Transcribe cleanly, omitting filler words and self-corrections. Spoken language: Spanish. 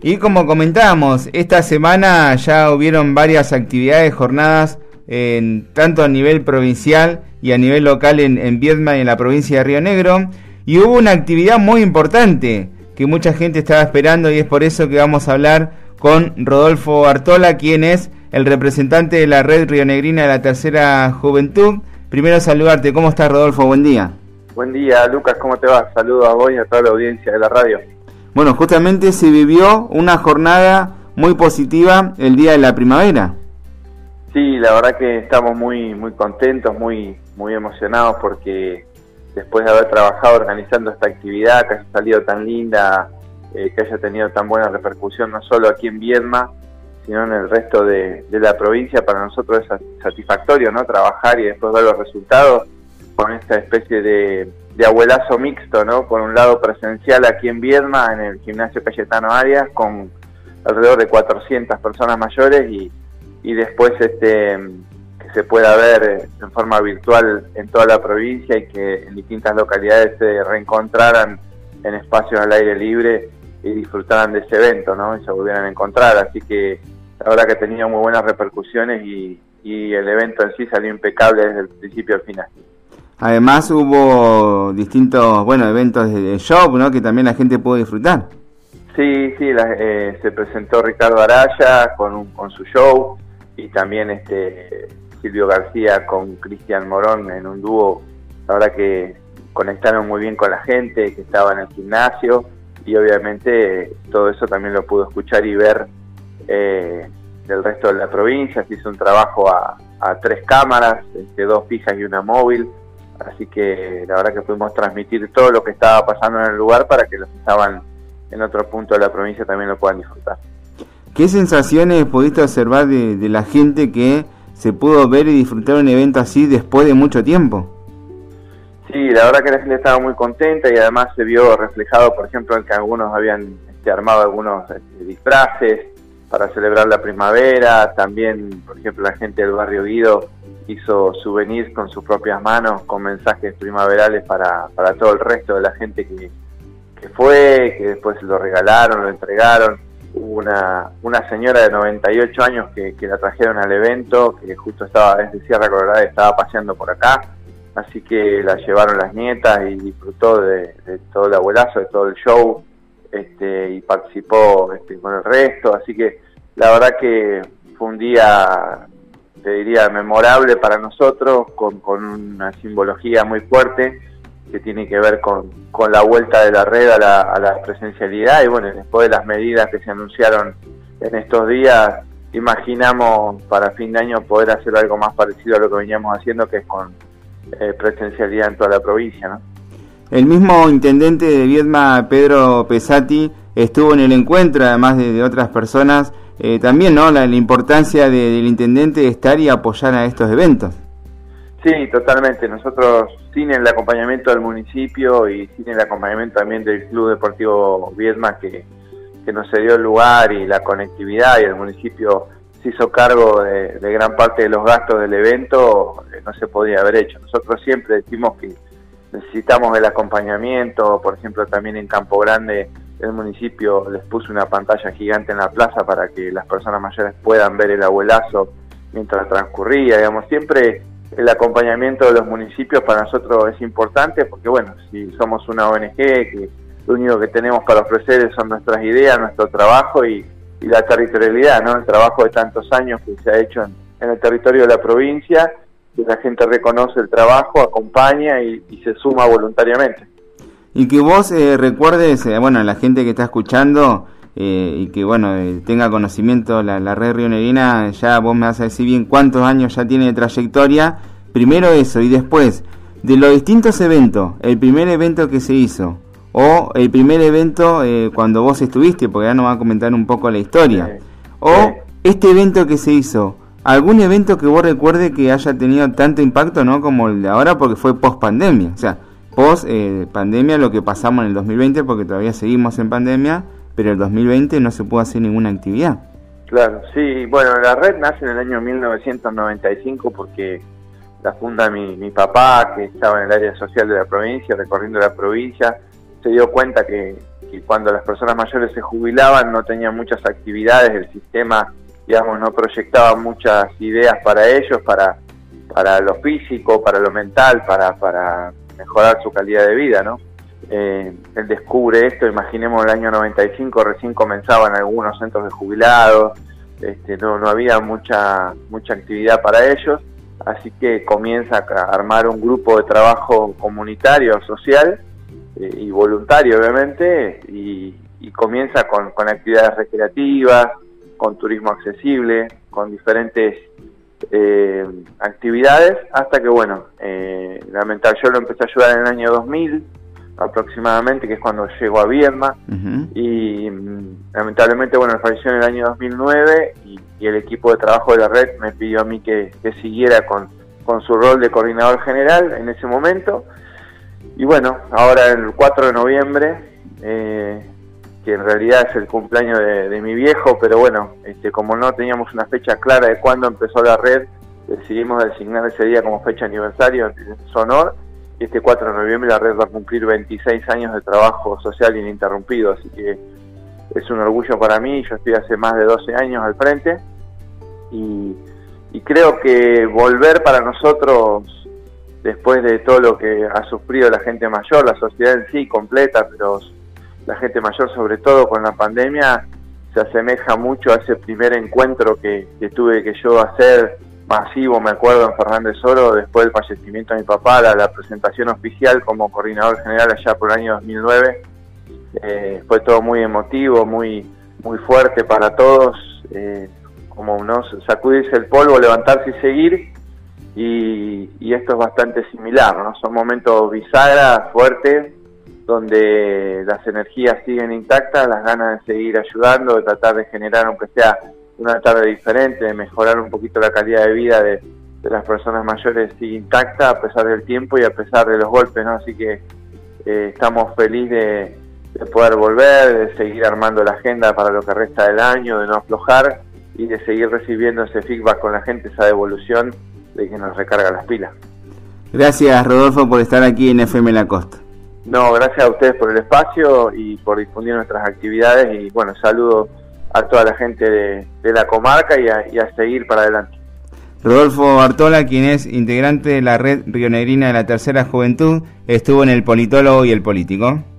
Y como comentábamos, esta semana ya hubieron varias actividades, jornadas, tanto a nivel provincial y a nivel local en Viedma y en la provincia de Río Negro. Y hubo una actividad muy importante que mucha gente estaba esperando, y es por eso que vamos a hablar con Rodolfo Artola, quien es el representante de la Red Rionegrina de la Tercera Juventud. Primero saludarte, ¿cómo estás, Rodolfo? Buen día. Buen día, Lucas, ¿cómo te va? Saludos a vos y a toda la audiencia de la radio. Bueno, justamente se vivió una jornada muy positiva el Día de la Primavera. Sí, la verdad que estamos muy contentos, muy emocionados porque después de haber trabajado organizando esta actividad, que haya salido tan linda, que haya tenido tan buena repercusión, no solo aquí en Viedma, sino en el resto de la provincia, para nosotros es satisfactorio, ¿no? Trabajar y después ver los resultados con esta especie de abuelazo mixto, ¿no? Por un lado presencial aquí en Viedma, en el gimnasio Cayetano Arias, con alrededor de 400 personas mayores, y después que se pueda ver en forma virtual en toda la provincia, y que en distintas localidades se reencontraran en espacios al aire libre y disfrutaran de ese evento, ¿no? Y se volvieran a encontrar. Así que la verdad que tenía muy buenas repercusiones y el evento en sí salió impecable desde el principio al final. Además hubo distintos, eventos de show, ¿no? Que también la gente pudo disfrutar. Sí, se presentó Ricardo Araya con su show, y también Silvio García con Cristian Morón en un dúo. La verdad que conectaron muy bien con la gente que estaba en el gimnasio, y obviamente todo eso también lo pudo escuchar y ver del resto de la provincia. Se hizo un trabajo a 3 cámaras, 2 fijas y una móvil. Así que la verdad que pudimos transmitir todo lo que estaba pasando en el lugar para que los que estaban en otro punto de la provincia también lo puedan disfrutar. ¿Qué sensaciones pudiste observar de la gente que se pudo ver y disfrutar un evento así después de mucho tiempo? Sí, la verdad que la gente estaba muy contenta, y además se vio reflejado, por ejemplo, en que algunos habían armado algunos disfraces para celebrar la primavera. También, por ejemplo, la gente del barrio Guido hizo souvenirs con sus propias manos, con mensajes primaverales para todo el resto de la gente que fue, que después lo regalaron, lo entregaron. Hubo una señora de 98 años que la trajeron al evento, que justo estaba desde Sierra Colorada, estaba paseando por acá, así que la llevaron las nietas y disfrutó de todo el abuelazo, de todo el show, y participó con el resto. Así que la verdad que fue un día, te diría, memorable para nosotros, con una simbología muy fuerte que tiene que ver con la vuelta de la red a la presencialidad. Y bueno, después de las medidas que se anunciaron en estos días, imaginamos para fin de año poder hacer algo más parecido a lo que veníamos haciendo, que es con presencialidad en toda la provincia, ¿no? El mismo intendente de Viedma, Pedro Pesati, estuvo en el encuentro, además de otras personas. También, ¿no?, la importancia del intendente de estar y apoyar a estos eventos. Sí, totalmente. Nosotros, sin el acompañamiento del municipio y sin el acompañamiento también del Club Deportivo Viedma, que nos cedió el lugar y la conectividad, y el municipio se hizo cargo de gran parte de los gastos del evento, no se podía haber hecho. Nosotros siempre decimos que necesitamos el acompañamiento. Por ejemplo, también en Campo Grande el municipio les puso una pantalla gigante en la plaza para que las personas mayores puedan ver el abuelazo mientras transcurría. Digamos, siempre el acompañamiento de los municipios para nosotros es importante, porque bueno, si somos una ONG, que lo único que tenemos para ofrecer son nuestras ideas, nuestro trabajo y la territorialidad, ¿no? El trabajo de tantos años que se ha hecho en el territorio de la provincia, que la gente reconoce el trabajo, acompaña y se suma voluntariamente. Y que vos recuerdes, la gente que está escuchando, y que tenga conocimiento la Red Rionegrina, ya vos me vas a decir bien cuántos años ya tiene de trayectoria. Primero eso, y después de los distintos eventos, el primer evento que se hizo, o el primer evento cuando vos estuviste, porque ya nos va a comentar un poco la historia, este evento que se hizo, algún evento que vos recuerde que haya tenido tanto impacto, ¿no?, como el de ahora, porque fue post pandemia, o sea, post pandemia, lo que pasamos en el 2020, porque todavía seguimos en pandemia, pero el 2020 no se pudo hacer ninguna actividad. Claro, sí, bueno, la red nace en el año 1995 porque la funda mi papá, que estaba en el área social de la provincia, recorriendo la provincia. Se dio cuenta que cuando las personas mayores se jubilaban no tenían muchas actividades, el sistema, digamos, no proyectaba muchas ideas para ellos, para lo físico, para lo mental, para mejorar su calidad de vida, ¿no? Él descubre esto, imaginemos el año 95, recién comenzaban algunos centros de jubilados, no había mucha actividad para ellos, así que comienza a armar un grupo de trabajo comunitario, social y voluntario, obviamente, y comienza con actividades recreativas, con turismo accesible, con diferentes actividades, hasta que, bueno, lamentablemente yo lo empecé a ayudar en el año 2000 aproximadamente, que es cuando llegó a Viedma, y lamentablemente, bueno, falleció en el año 2009, y el equipo de trabajo de la red me pidió a mí que siguiera con su rol de coordinador general en ese momento. Y bueno, ahora el 4 de noviembre, que en realidad es el cumpleaños de mi viejo, pero bueno, como no teníamos una fecha clara de cuándo empezó la red, decidimos designar ese día como fecha aniversario en su honor. Y este 4 de noviembre la red va a cumplir 26 años de trabajo social ininterrumpido, así que es un orgullo para mí. Yo estoy hace más de 12 años al frente, y creo que volver para nosotros, después de todo lo que ha sufrido la gente mayor, la sociedad en sí completa, pero la gente mayor sobre todo con la pandemia, se asemeja mucho a ese primer encuentro que tuve que yo hacer masivo, me acuerdo, en Fernández Oro, después del fallecimiento de mi papá, la presentación oficial como coordinador general allá por el año 2009. Fue todo muy emotivo, muy fuerte para todos, como no sacudirse el polvo, levantarse y seguir, y esto es bastante similar, ¿no? Son momentos bisagra, fuertes, donde las energías siguen intactas, las ganas de seguir ayudando, de tratar de generar, aunque sea una tarde diferente, de mejorar un poquito la calidad de vida de las personas mayores, sigue intacta a pesar del tiempo y a pesar de los golpes, ¿no? Así que estamos felices de poder volver, de seguir armando la agenda para lo que resta del año, de no aflojar y de seguir recibiendo ese feedback con la gente, esa devolución de que nos recarga las pilas. Gracias, Rodolfo, por estar aquí en FM La Costa. No, gracias a ustedes por el espacio y por difundir nuestras actividades, y bueno, saludo a toda la gente de la comarca y a seguir para adelante. Rodolfo Bartola, quien es integrante de la Red Rionegrina de la Tercera Juventud, estuvo en El Politólogo y El Político.